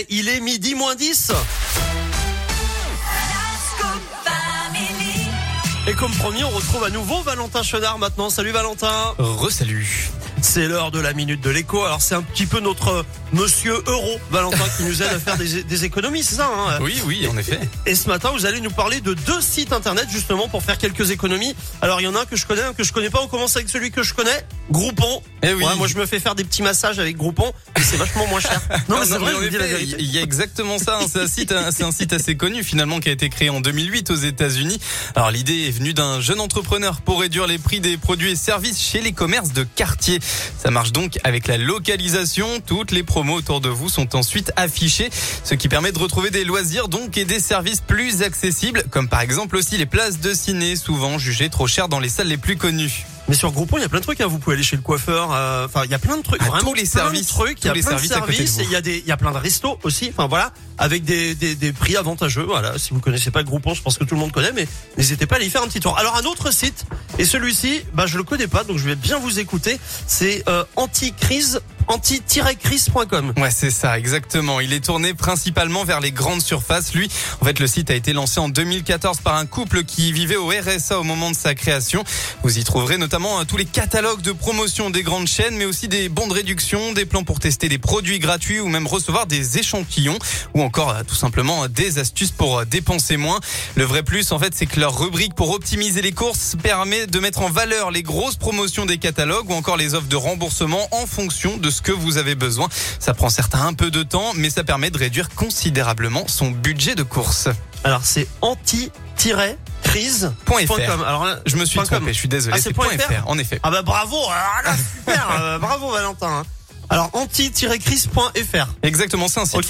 mai, il est 12:10. Et comme promis, on retrouve à nouveau Valentin Chenard maintenant. Salut Valentin. Re-salut. C'est l'heure de la minute de l'écho. Alors c'est un petit peu notre monsieur Euro, Valentin, qui nous aide à faire des économies, c'est ça hein Oui, en effet. Et ce matin, vous allez nous parler de 2 sites internet justement pour faire quelques économies. Alors il y en a un que je connais, un que je connais pas. On commence avec celui que je connais, Groupon. Eh oui. Ouais, moi je me fais faire des petits massages avec Groupon et c'est vachement moins cher. Non mais c'est vrai, je vous dis la vérité. Il y a exactement ça. C'est un site assez connu finalement qui a été créé en 2008 aux États-Unis. Alors l'idée est venue d'un jeune entrepreneur pour réduire les prix des produits et services chez les commerces de quartier. Ça marche donc avec la localisation. Toutes les promos autour de vous sont ensuite affichées, ce qui permet de retrouver des loisirs donc et des services plus accessibles, comme par exemple aussi les places de ciné, souvent jugées trop chères dans les salles les plus connues. Mais sur Groupon, il y a plein de trucs. Vous pouvez aller chez le coiffeur. Enfin, il y a plein de trucs. Vraiment, tous les plein services, de trucs. Il y a plein de services et il y a plein de restos aussi. Enfin voilà, avec des prix avantageux. Voilà. Si vous connaissez pas Groupon, je pense que tout le monde connaît, mais n'hésitez pas à aller y faire un petit tour. Alors un autre site, et celui-ci, je le connais pas, donc je vais bien vous écouter. C'est anti-crise.com. Ouais, c'est ça, exactement. Il est tourné principalement vers les grandes surfaces. Lui, en fait, le site a été lancé en 2014 par un couple qui vivait au RSA au moment de sa création. Vous y trouverez notamment tous les catalogues de promotion des grandes chaînes, mais aussi des bons de réduction, des plans pour tester des produits gratuits ou même recevoir des échantillons ou encore tout simplement des astuces pour dépenser moins. Le vrai plus, en fait, c'est que leur rubrique pour optimiser les courses permet de mettre en valeur les grosses promotions des catalogues ou encore les offres de remboursement en fonction de ce que vous avez besoin. Ça prend certes un peu de temps, mais ça permet de réduire considérablement son budget de course. Alors c'est anti-crise.com. Alors là, je me suis trompé, je suis désolé. C'est .fr, en effet. Ah bravo, super, bravo Valentin. Alors anti-crise.fr. Exactement, c'est un site